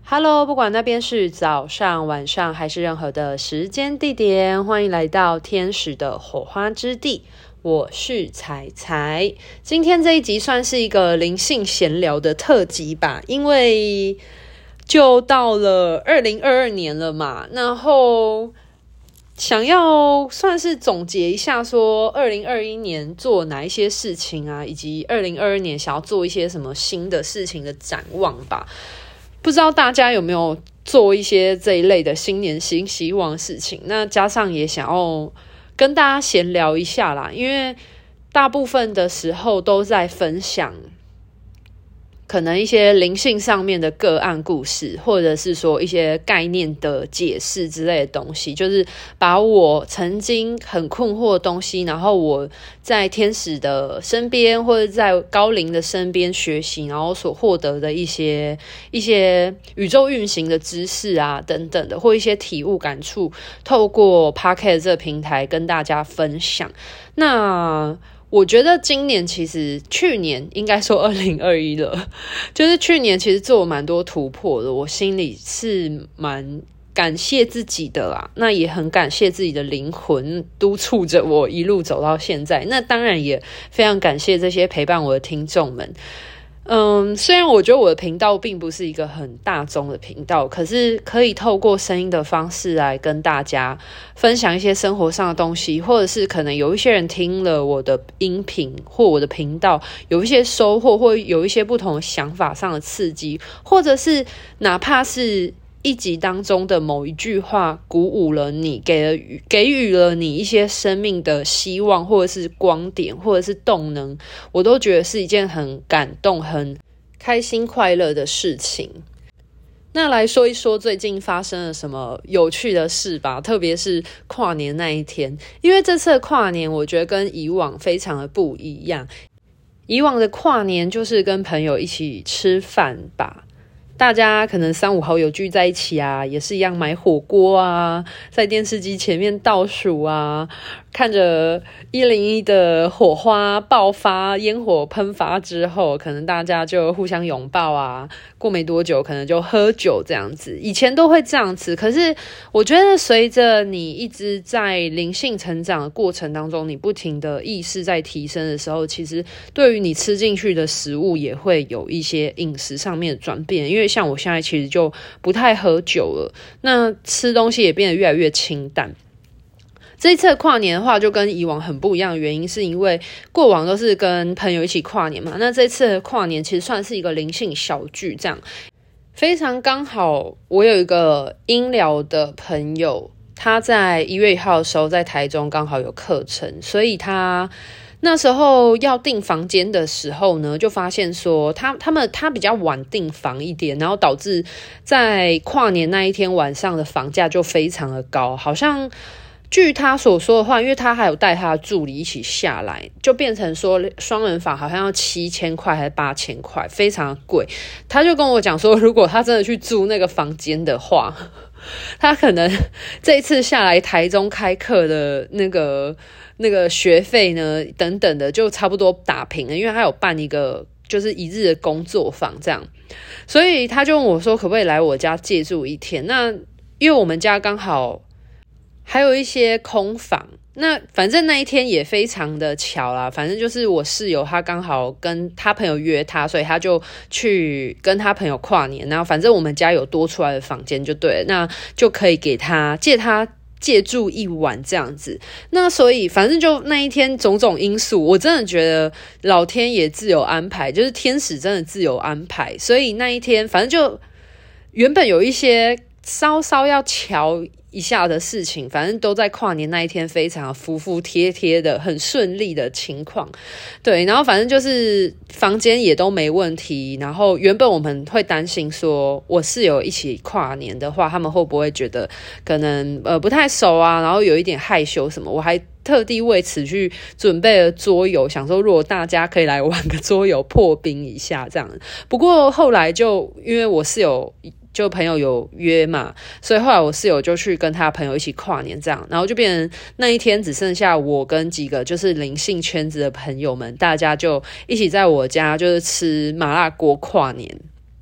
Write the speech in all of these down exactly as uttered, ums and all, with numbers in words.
Hello， 不管那边是早上、晚上还是任何的时间地点，欢迎来到天使的火花之地。我是彩彩，今天这一集算是一个灵性闲聊的特辑吧，因为就到了二零二二年了嘛，然后想要算是总结一下说二零二一年做哪一些事情啊，以及二零二二年想要做一些什么新的事情的展望吧。不知道大家有没有做一些这一类的新年新希望的事情，那加上也想要跟大家闲聊一下啦，因为大部分的时候都在分享可能一些灵性上面的个案故事，或者是说一些概念的解释之类的东西，就是把我曾经很困惑的东西，然后我在天使的身边或者在高灵的身边学习，然后所获得的一些一些宇宙运行的知识啊等等的，或一些体悟感触，透过 Podcast 这个平台跟大家分享。那我觉得今年其实去年应该说二零二一了，就是去年其实做了蛮多突破的，我心里是蛮感谢自己的啦，那也很感谢自己的灵魂督促着我一路走到现在，那当然也非常感谢这些陪伴我的听众们。嗯，虽然我觉得我的频道并不是一个很大众的频道，可是可以透过声音的方式来跟大家分享一些生活上的东西，或者是可能有一些人听了我的音频或我的频道有一些收获，或有一些不同的想法上的刺激，或者是哪怕是一集当中的某一句话鼓舞了你，给了给予了你一些生命的希望，或者是光点，或者是动能，我都觉得是一件很感动很开心快乐的事情。那来说一说最近发生了什么有趣的事吧，特别是跨年那一天，因为这次的跨年我觉得跟以往非常的不一样。以往的跨年就是跟朋友一起吃饭吧，大家可能三五好友聚在一起啊，也是一样买火锅啊，在电视机前面倒数啊，看着一零一的火花爆发，烟火喷发之后，可能大家就互相拥抱啊，过没多久可能就喝酒这样子。以前都会这样子，可是我觉得随着你一直在灵性成长的过程当中，你不停的意识在提升的时候，其实对于你吃进去的食物也会有一些饮食上面的转变，因为像我现在其实就不太喝酒了，那吃东西也变得越来越清淡。这一次的跨年的话就跟以往很不一样的原因是因为过往都是跟朋友一起跨年嘛，那这次的跨年其实算是一个灵性小聚，这样非常刚好。我有一个音疗的朋友，他在一月一号的时候在台中刚好有课程，所以他那时候要订房间的时候呢，就发现说他他们他比较晚订房一点，然后导致在跨年那一天晚上的房价就非常的高，好像据他所说的话，因为他还有带他的助理一起下来，就变成说双人房好像要七千块还是八千块，非常贵。他就跟我讲说，如果他真的去住那个房间的话，他可能这一次下来台中开课的那个那个学费呢等等的就差不多打平了，因为他有办一个就是一日的工作坊这样，所以他就问我说可不可以来我家借住一天。那因为我们家刚好还有一些空房，那反正那一天也非常的巧啦，反正就是我室友他刚好跟他朋友约他，所以他就去跟他朋友跨年，然后反正我们家有多出来的房间就对了，那就可以给他借他借住一晚这样子。那所以反正就那一天种种因素，我真的觉得老天也自有安排，就是天使真的自有安排，所以那一天反正就原本有一些稍稍要瞧一下的事情，反正都在跨年那一天非常服服帖帖的很顺利的情况。对，然后反正就是房间也都没问题，然后原本我们会担心说我室友一起跨年的话，他们会不会觉得可能呃不太熟啊，然后有一点害羞什么，我还特地为此去准备了桌游，想说如果大家可以来玩个桌游破冰一下这样。不过后来就因为我室友就朋友有约嘛，所以后来我室友就去跟他朋友一起跨年这样，然后就变成那一天只剩下我跟几个就是灵性圈子的朋友们，大家就一起在我家就是吃麻辣锅跨年。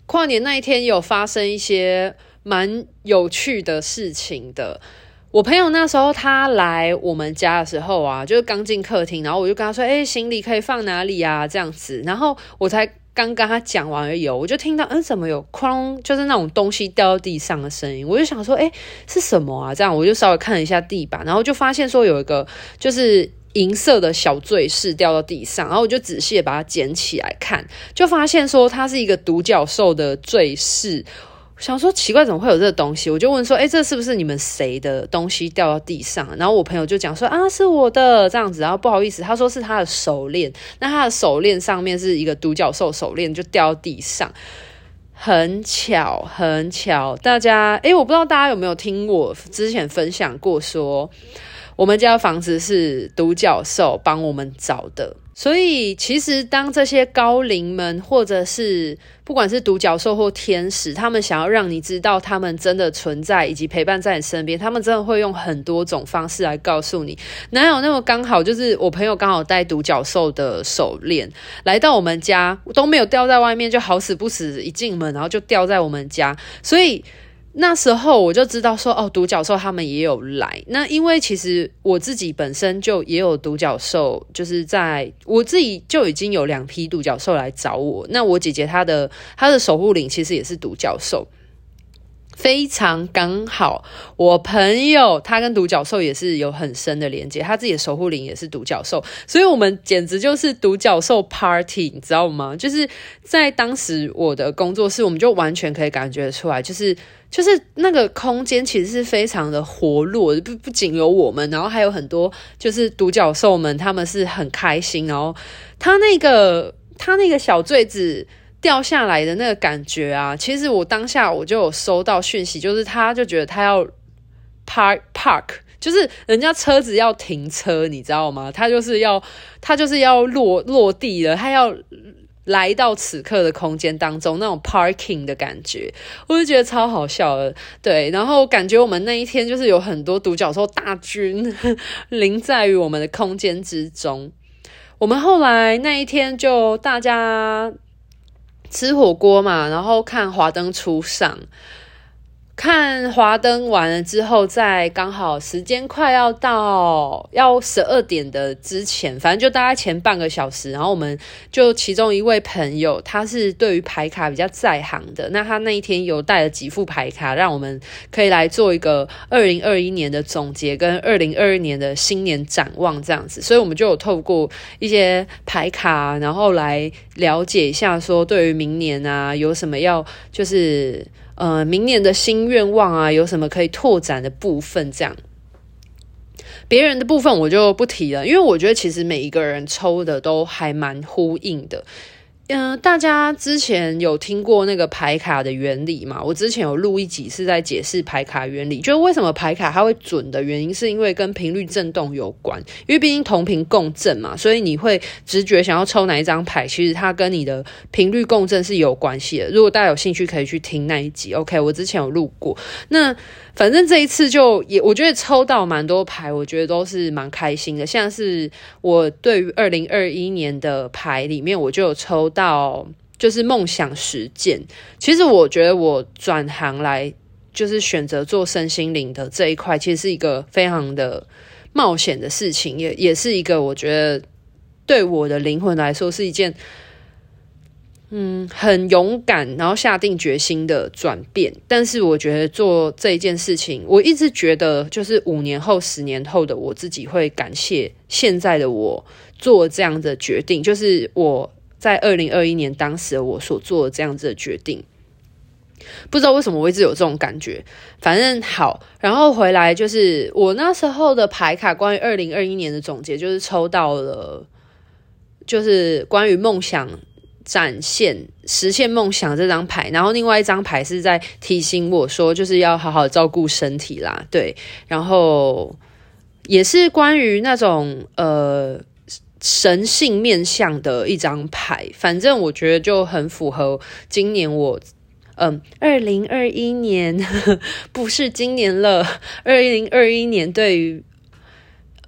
跨年那一天有发生一些蛮有趣的事情的。我朋友那时候他来我们家的时候啊，就是刚进客厅，然后我就跟他说，哎、欸，行李可以放哪里啊？这样子，然后我才刚跟他讲完而已，我就听到，嗯，怎么有哐，就是那种东西掉到地上的声音，我就想说，哎、欸，是什么啊？这样我就稍微看了一下地板，然后就发现说有一个就是银色的小坠饰掉到地上，然后我就仔细的把它捡起来看，就发现说它是一个独角兽的坠饰。想说奇怪，怎么会有这个东西？我就问说，哎、欸，这是不是你们谁的东西掉到地上？然后我朋友就讲说，啊，是我的这样子。然后不好意思，他说是他的手链，那他的手链上面是一个独角兽手链，就掉到地上。很巧，很巧，大家，哎、欸，我不知道大家有没有听我之前分享过说，我们家的房子是独角兽帮我们找的。所以其实当这些高灵们，或者是不管是独角兽或天使，他们想要让你知道他们真的存在以及陪伴在你身边，他们真的会用很多种方式来告诉你。哪有那么刚好，就是我朋友刚好戴独角兽的手链来到我们家，都没有掉在外面，就好死不死一进门然后就掉在我们家。所以那时候我就知道说，哦，独角兽他们也有来。那因为其实我自己本身就也有独角兽，就是在我自己就已经有两批独角兽来找我。那我姐姐她的她的守护灵其实也是独角兽，非常刚好。我朋友他跟独角兽也是有很深的连接，他自己的守护灵也是独角兽，所以我们简直就是独角兽 party， 你知道吗？就是在当时我的工作室，我们就完全可以感觉出来，就是就是那个空间其实是非常的活络，不不仅有我们，然后还有很多就是独角兽们，他们是很开心，然后他那个他那个小坠子掉下来的那个感觉啊，其实我当下我就有收到讯息，就是他就觉得他要 park park， 就是人家车子要停车，你知道吗？他就是要他就是要落落地了，他要来到此刻的空间当中，那种 parking 的感觉，我就觉得超好笑的。对，然后感觉我们那一天就是有很多独角兽大军临在于我们的空间之中。我们后来那一天就大家吃火锅嘛，然后看华灯初上。看华灯完了之后，在刚好时间快要到要十二点的之前，反正就大概前半个小时，然后我们就其中一位朋友，他是对于牌卡比较在行的，那他那一天有带了几副牌卡，让我们可以来做一个二零二一年的总结跟二零二二年的新年展望这样子，所以我们就有透过一些牌卡，然后来了解一下说对于明年啊有什么要就是呃，明年的新愿望啊，有什么可以拓展的部分？这样，别人的部分我就不提了，因为我觉得其实每一个人抽的都还蛮呼应的。嗯、呃，大家之前有听过那个牌卡的原理吗？我之前有录一集是在解释牌卡原理，就是为什么牌卡它会准的原因，是因为跟频率振动有关。因为毕竟同频共振嘛，所以你会直觉想要抽哪一张牌，其实它跟你的频率共振是有关系的。如果大家有兴趣，可以去听那一集。OK， 我之前有录过。那反正这一次就也，我觉得抽到蛮多牌，我觉得都是蛮开心的。像是我对于二零二一年的牌里面，我就有抽到就是梦想实践。其实我觉得我转行来就是选择做身心灵的这一块，其实是一个非常的冒险的事情，也也是一个我觉得对我的灵魂来说是一件嗯，很勇敢，然后下定决心的转变。但是我觉得做这一件事情，我一直觉得就是五年后、十年后的我自己会感谢现在的我做这样的决定，就是我在二零二一年当时的我所做的这样子的决定。不知道为什么我一直有这种感觉，反正好，然后回来就是我那时候的牌卡，关于二零二一年的总结，就是抽到了，就是关于梦想展现实现梦想这张牌，然后另外一张牌是在提醒我说就是要好好照顾身体啦，对，然后也是关于那种呃神性面向的一张牌，反正我觉得就很符合今年我嗯二零二一年不是今年了，二零二一年对于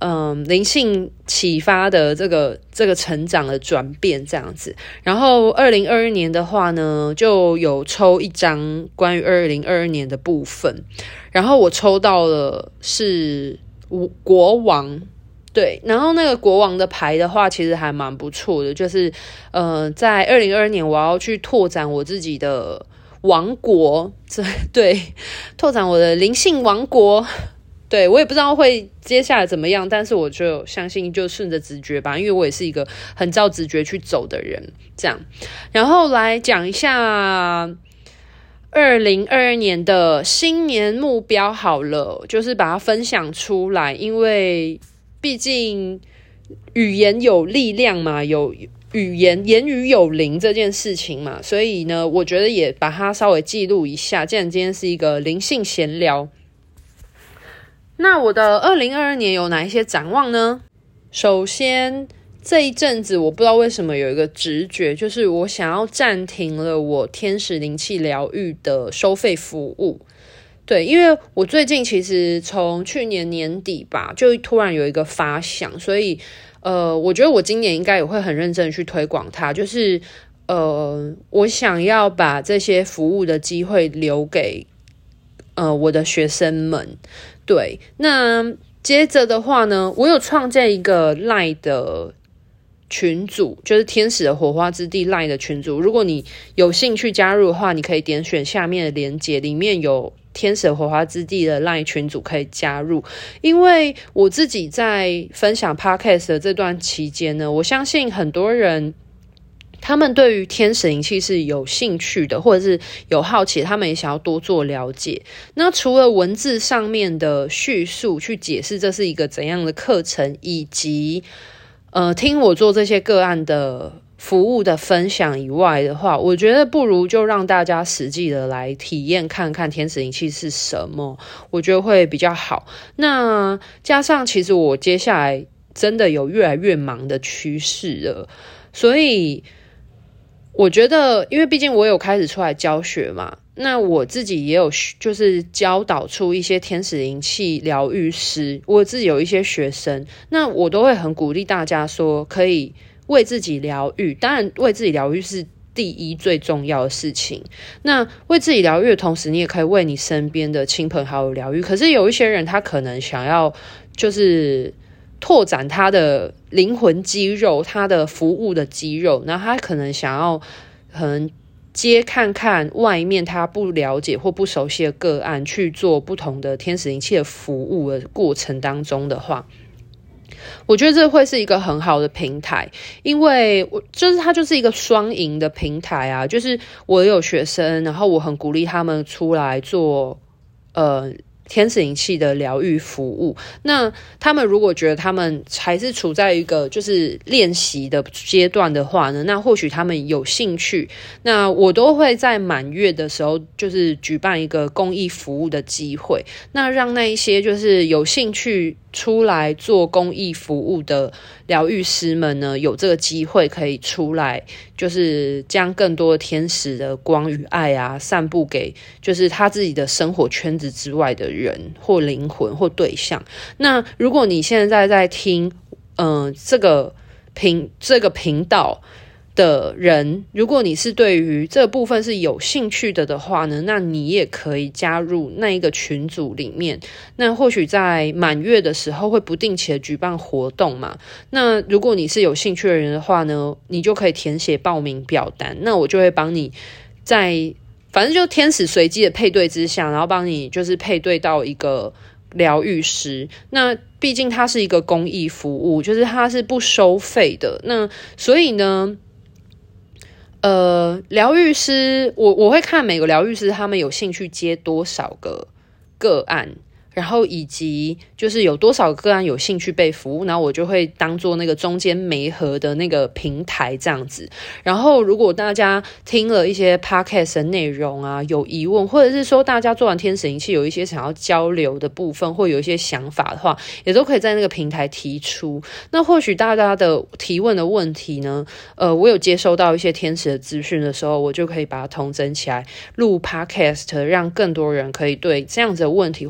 嗯灵性启发的这个这个成长的转变这样子。然后二零二二年的话呢，就有抽一张关于二零二二年的部分，然后我抽到了是国王。对，然后那个国王的牌的话其实还蛮不错的，就是呃，在二零二二年我要去拓展我自己的王国，对，拓展我的灵性王国。对，我也不知道会接下来怎么样，但是我就相信就顺着直觉吧，因为我也是一个很照直觉去走的人，这样。然后来讲一下二零二二年的新年目标好了，就是把它分享出来，因为毕竟语言有力量嘛，有语言言语有灵这件事情嘛，所以呢，我觉得也把它稍微记录一下。既然今天是一个灵性闲聊，那我的二零二二年有哪一些展望呢？首先，这一阵子我不知道为什么有一个直觉，就是我想要暂停了我天使灵气疗愈的收费服务。对，因为我最近其实从去年年底吧，就突然有一个发想，所以呃，我觉得我今年应该也会很认真的去推广它，就是呃，我想要把这些服务的机会留给呃我的学生们。对，那接着的话呢，我有创建一个 LINE 的群组，就是天使的火花之地 LINE 的群组，如果你有兴趣加入的话，你可以点选下面的连结，里面有天使火花之地的 LINE 群组可以加入。因为我自己在分享 Podcast 的这段期间呢，我相信很多人他们对于天使灵气是有兴趣的，或者是有好奇，他们也想要多做了解。那除了文字上面的叙述去解释这是一个怎样的课程，以及呃听我做这些个案的服务的分享以外的话，我觉得不如就让大家实际的来体验看看天使灵气是什么，我觉得会比较好。那加上其实我接下来真的有越来越忙的趋势了，所以我觉得因为毕竟我有开始出来教学嘛，那我自己也有就是教导出一些天使灵气疗愈师，我自己有一些学生，那我都会很鼓励大家说可以为自己疗愈，当然为自己疗愈是第一最重要的事情。那为自己疗愈的同时，你也可以为你身边的亲朋好友疗愈。可是有一些人他可能想要就是拓展他的灵魂肌肉，他的服务的肌肉，然后他可能想要可能接看看外面他不了解或不熟悉的个案，去做不同的天使灵气的服务的过程当中的话，我觉得这会是一个很好的平台，因为我就是它就是一个双赢的平台啊，就是我有学生，然后我很鼓励他们出来做呃天使灵气的疗愈服务。那他们如果觉得他们还是处在一个就是练习的阶段的话呢，那或许他们有兴趣，那我都会在满月的时候就是举办一个公益服务的机会，那让那一些就是有兴趣出来做公益服务的疗愈师们呢，有这个机会可以出来，就是将更多的天使的光与爱啊散布给就是他自己的生活圈子之外的人或灵魂或对象。那如果你现在在听嗯、呃、这个频这个频道的人，如果你是对于这部分是有兴趣的的话呢，那你也可以加入那一个群组里面。那或许在满月的时候会不定期的举办活动嘛，那如果你是有兴趣的人的话呢，你就可以填写报名表单，那我就会帮你在反正就天使随机的配对之下，然后帮你就是配对到一个疗愈师。那毕竟它是一个公益服务，就是它是不收费的，那所以呢呃，疗愈师，我我会看每个疗愈师他们有兴趣接多少个个案，然后以及就是有多少个个案有兴趣被服务，然后我就会当做那个中间媒合的那个平台这样子。然后如果大家听了一些 podcast 的内容啊，有疑问，或者是说大家做完天使灵气有一些想要交流的部分，或有一些想法的话，也都可以在那个平台提出。那或许大家的提问的问题呢，呃，我有接收到一些天使的资讯的时候，我就可以把它统整起来录 podcast， 让更多人可以对这样子的问题或这样的提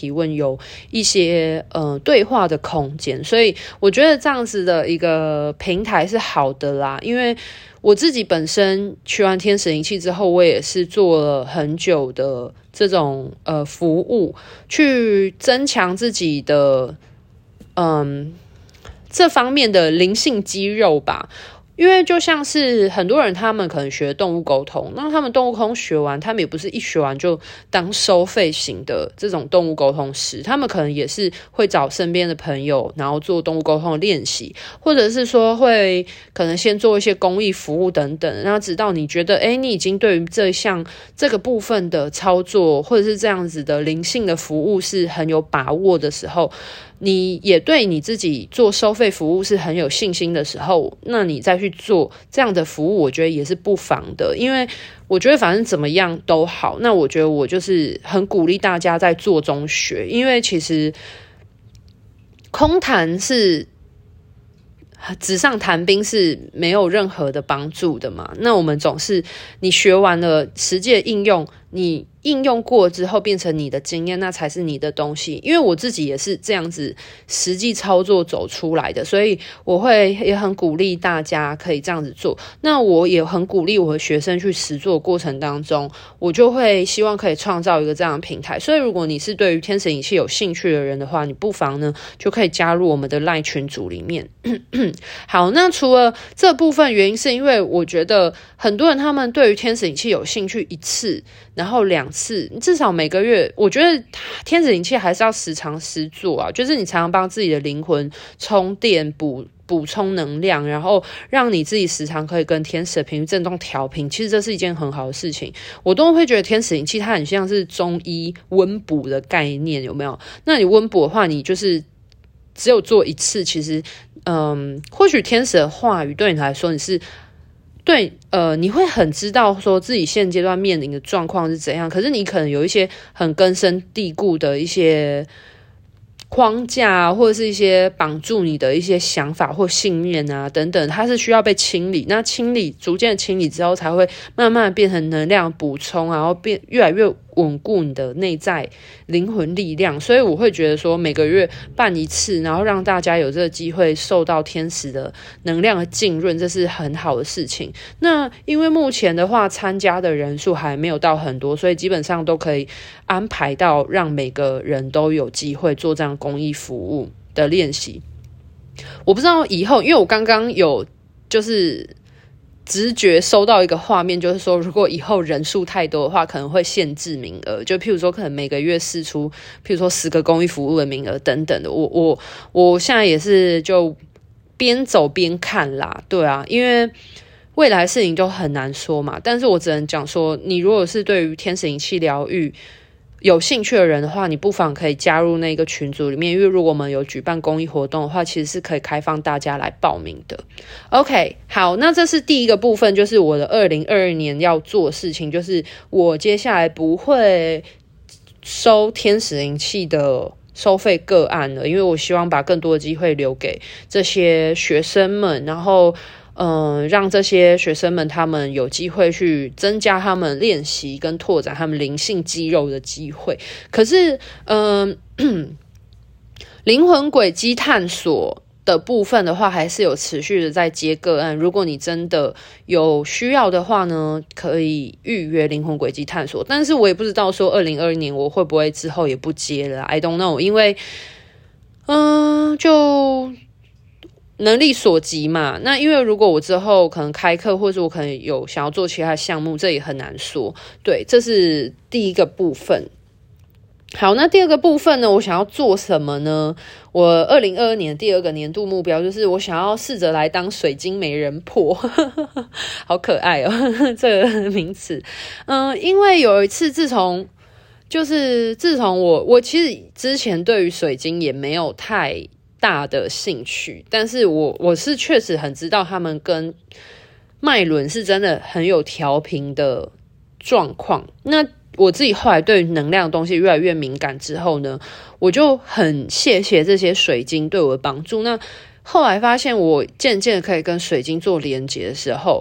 提问有一些呃对话的空间，所以我觉得这样子的一个平台是好的啦。因为我自己本身学完天使灵气之后，我也是做了很久的这种呃服务，去增强自己的嗯这方面的灵性肌肉吧。因为就像是很多人他们可能学动物沟通，那他们动物沟通学完，他们也不是一学完就当收费型的这种动物沟通师，他们可能也是会找身边的朋友，然后做动物沟通的练习，或者是说会可能先做一些公益服务等等，然后直到你觉得诶你已经对于这项这个部分的操作或者是这样子的灵性的服务是很有把握的时候，你也对你自己做收费服务是很有信心的时候，那你再去做这样的服务，我觉得也是不妨的。因为我觉得反正怎么样都好，那我觉得我就是很鼓励大家在做中学，因为其实空谈是纸上谈兵是没有任何的帮助的嘛。那我们总是你学完了实际的应用，你应用过之后变成你的经验，那才是你的东西。因为我自己也是这样子实际操作走出来的，所以我会也很鼓励大家可以这样子做。那我也很鼓励我的学生去实作的过程当中，我就会希望可以创造一个这样的平台。所以如果你是对于天使灵气有兴趣的人的话，你不妨呢就可以加入我们的 LINE 群组里面。好，那除了这部分原因是因为我觉得很多人他们对于天使灵气有兴趣一次然后两次，至少每个月，我觉得天使灵气还是要时常实做啊，就是你常常帮自己的灵魂充电补补充能量，然后让你自己时常可以跟天使的频率振动调频，其实这是一件很好的事情。我都会觉得天使灵气它很像是中医温补的概念，有没有？那你温补的话，你就是只有做一次，其实嗯，或许天使的话语对你来说，你是对呃，你会很知道说自己现阶段面临的状况是怎样，可是你可能有一些很根深蒂固的一些框架或者是一些绑住你的一些想法或信念啊等等，它是需要被清理。那清理逐渐的清理之后，才会慢慢变成能量补充，然后变越来越稳固你的内在灵魂力量。所以我会觉得说每个月办一次，然后让大家有这个机会受到天使的能量的浸润，这是很好的事情。那因为目前的话参加的人数还没有到很多，所以基本上都可以安排到让每个人都有机会做这样公益服务的练习。我不知道以后，因为我刚刚有就是直觉收到一个画面，就是说如果以后人数太多的话，可能会限制名额，就譬如说可能每个月释出譬如说十个公益服务的名额等等的。我我我现在也是就边走边看啦，对啊，因为未来事情都很难说嘛。但是我只能讲说，你如果是对于天使灵气疗愈有兴趣的人的话，你不妨可以加入那个群组里面，因为如果我们有举办公益活动的话，其实是可以开放大家来报名的。 OK， 好，那这是第一个部分，就是我的二零二二年要做的事情，就是我接下来不会收天使灵气的收费个案了，因为我希望把更多的机会留给这些学生们，然后嗯，让这些学生们他们有机会去增加他们练习跟拓展他们灵性肌肉的机会。可是嗯，灵魂轨迹探索的部分的话，还是有持续的在接个案。如果你真的有需要的话呢，可以预约灵魂轨迹探索。但是我也不知道说二零二二年我会不会之后也不接了 I don't know， 因为嗯，就能力所及嘛。那因为如果我之后可能开课，或者我可能有想要做其他项目，这也很难说。对，这是第一个部分。好，那第二个部分呢，我想要做什么呢？我二零二二年第二个年度目标就是我想要试着来当水晶媒人婆好可爱哦这个名词。嗯、呃，因为有一次自从就是自从我我其实之前对于水晶也没有太大的兴趣，但是我我是确实很知道他们跟脉轮是真的很有调频的状况。那我自己后来对能量的东西越来越敏感之后呢，我就很谢谢这些水晶对我的帮助。那后来发现我渐渐可以跟水晶做连结的时候，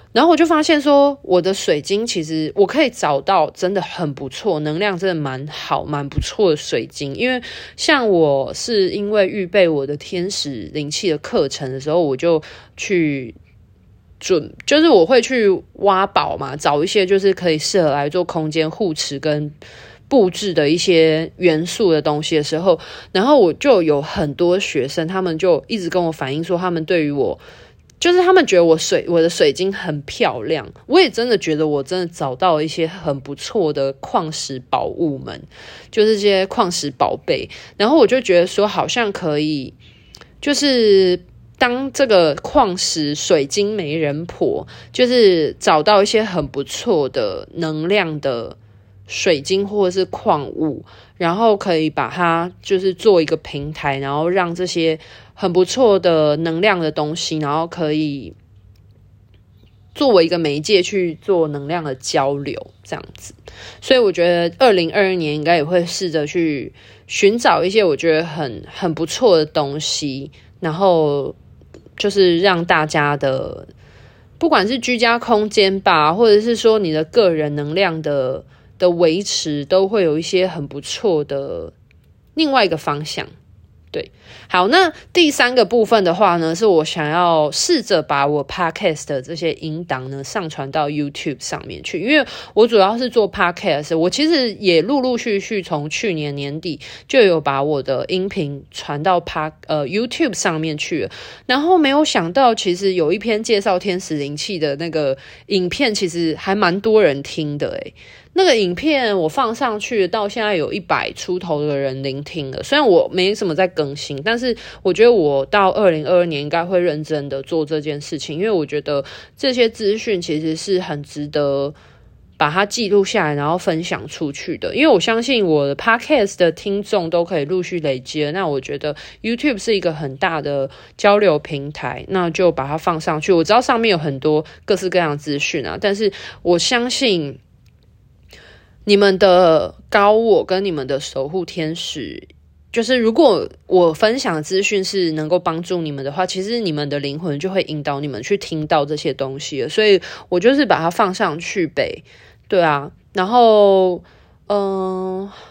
然后我就发现说，我的水晶其实我可以找到真的很不错，能量真的蛮好蛮不错的水晶。因为像我是因为预备我的天使灵气的课程的时候，我就去准就是我会去挖宝嘛，找一些就是可以适合来做空间护持跟布置的一些元素的东西的时候，然后我就有很多学生，他们就一直跟我反映说，他们对于我就是他们觉得我水我的水晶很漂亮，我也真的觉得我真的找到了一些很不错的矿石宝物们，就是这些矿石宝贝，然后我就觉得说好像可以就是当这个矿石水晶媒人婆，就是找到一些很不错的能量的水晶或者是矿物，然后可以把它就是做一个平台，然后让这些很不错的能量的东西，然后可以作为一个媒介去做能量的交流这样子。所以我觉得二零二二年应该也会试着去寻找一些我觉得很很不错的东西，然后就是让大家的不管是居家空间吧，或者是说你的个人能量的的维持，都会有一些很不错的另外一个方向。对，好，那第三个部分的话呢，是我想要试着把我 podcast 的这些音档呢上传到 YouTube 上面去，因为我主要是做 podcast， 我其实也陆陆续续从去年年底就有把我的音频传到 Pod, 呃 YouTube 上面去了，然后没有想到其实有一篇介绍天使灵气的那个影片，其实还蛮多人听的诶。那个影片我放上去到现在有一百出头的人聆听了，虽然我没什么在更新，但是我觉得我到二零二二年应该会认真的做这件事情，因为我觉得这些资讯其实是很值得把它记录下来，然后分享出去的。因为我相信我的 podcast 的听众都可以陆续累积了，那我觉得 YouTube 是一个很大的交流平台，那就把它放上去。我知道上面有很多各式各样的资讯啊，但是我相信你们的高我跟你们的守护天使，就是如果我分享的资讯是能够帮助你们的话，其实你们的灵魂就会引导你们去听到这些东西了，所以我就是把它放上去呗。对啊，然后嗯、呃，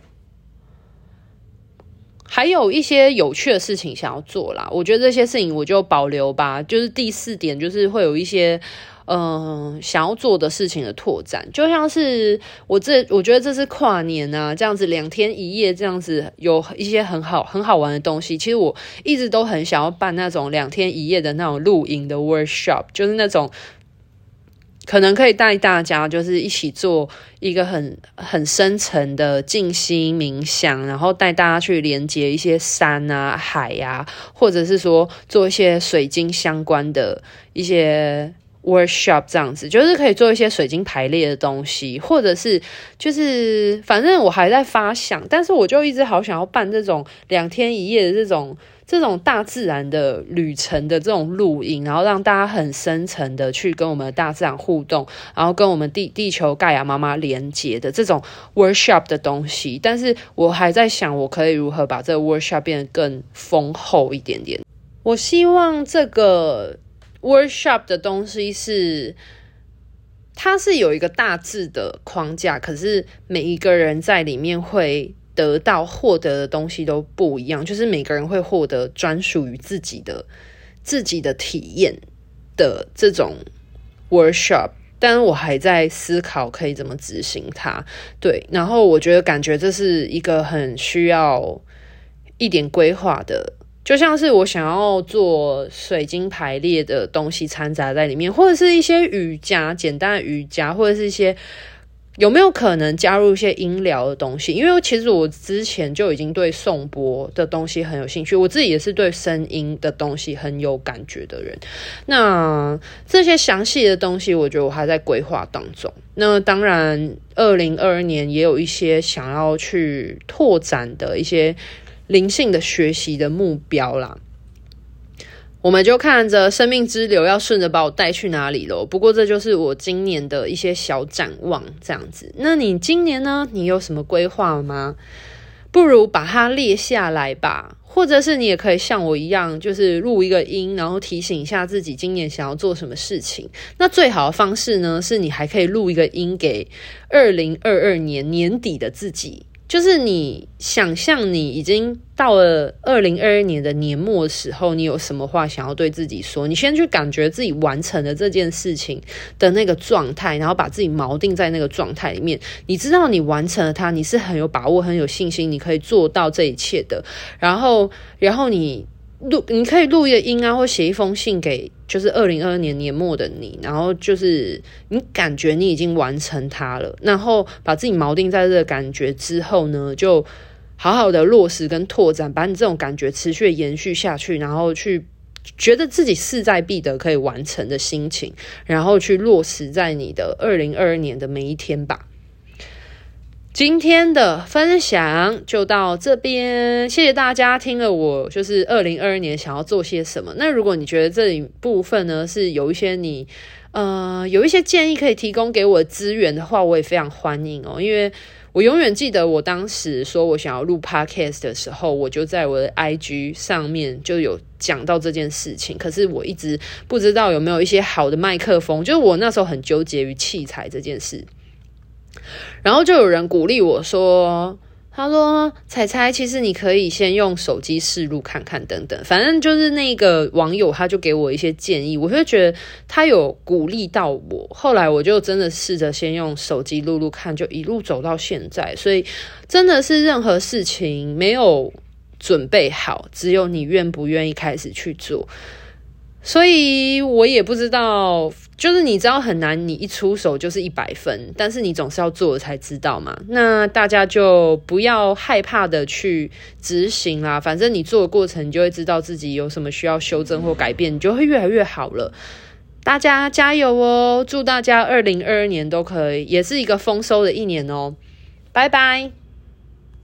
还有一些有趣的事情想要做啦，我觉得这些事情我就保留吧。就是第四点，就是会有一些嗯，想要做的事情的拓展，就像是我这，我觉得这是跨年啊，这样子两天一夜，这样子有一些很好很好玩的东西。其实我一直都很想要办那种两天一夜的那种露营的 workshop， 就是那种可能可以带大家就是一起做一个很很深层的静心冥想，然后带大家去连接一些山啊、海啊，或者是说做一些水晶相关的一些workshop， 这样子就是可以做一些水晶排列的东西，或者是就是反正我还在发想，但是我就一直好想要办这种两天一夜的这种这种大自然的旅程的这种露营，然后让大家很深层的去跟我们的大自然互动，然后跟我们地地球盖亚妈妈连接的这种 workshop 的东西，但是我还在想我可以如何把这个 workshop 变得更丰厚一点点。我希望这个workshop 的东西是它是有一个大致的框架，可是每一个人在里面会得到获得的东西都不一样，就是每个人会获得专属于自己的自己的体验的这种 workshop， 但我还在思考可以怎么执行它。对，然后我觉得感觉这是一个很需要一点规划的，就像是我想要做水晶排列的东西掺杂在里面，或者是一些瑜伽，简单的瑜伽，或者是一些有没有可能加入一些音疗的东西？因为其实我之前就已经对颂钵的东西很有兴趣，我自己也是对声音的东西很有感觉的人。那这些详细的东西，我觉得我还在规划当中。那当然，二零二二年也有一些想要去拓展的一些灵性的学习的目标啦，我们就看着生命之流要顺着把我带去哪里咯。不过这就是我今年的一些小展望这样子。那你今年呢？你有什么规划吗？不如把它列下来吧， 或者是你也可以像我一样，就是录一个音，然后提醒一下自己今年想要做什么事情。那最好的方式呢，是你还可以录一个音给二零二二年年底的自己，就是你想象你已经到了二零二二年的年末的时候，你有什么话想要对自己说，你先去感觉自己完成了这件事情的那个状态，然后把自己锚定在那个状态里面，你知道你完成了它，你是很有把握很有信心你可以做到这一切的。然后然后你录，你可以录一个音啊，或写一封信给就是二零二二年年末的你，然后就是你感觉你已经完成它了，然后把自己锚定在这个感觉之后呢，就好好的落实跟拓展，把你这种感觉持续延续下去，然后去觉得自己势在必得可以完成的心情，然后去落实在你的二零二二年的每一天吧。今天的分享就到这边，谢谢大家听了我就是二零二二年想要做些什么。那如果你觉得这一部分呢是有一些你呃有一些建议可以提供给我的资源的话，我也非常欢迎哦。因为我永远记得我当时说我想要录 podcast 的时候，我就在我的 I G 上面就有讲到这件事情，可是我一直不知道有没有一些好的麦克风，就是我那时候很纠结于器材这件事。然后就有人鼓励我说，他说彩彩其实你可以先用手机试录看看等等，反正就是那个网友他就给我一些建议，我就觉得他有鼓励到我，后来我就真的试着先用手机录录看，就一路走到现在。所以真的是任何事情没有准备好，只有你愿不愿意开始去做。所以我也不知道，就是你知道很难，你一出手就是一百分，但是你总是要做了才知道嘛。那大家就不要害怕的去执行啦，反正你做的过程，你就会知道自己有什么需要修正或改变，你就会越来越好了。大家加油哦！祝大家二零二二年都可以，也是一个丰收的一年哦。拜拜。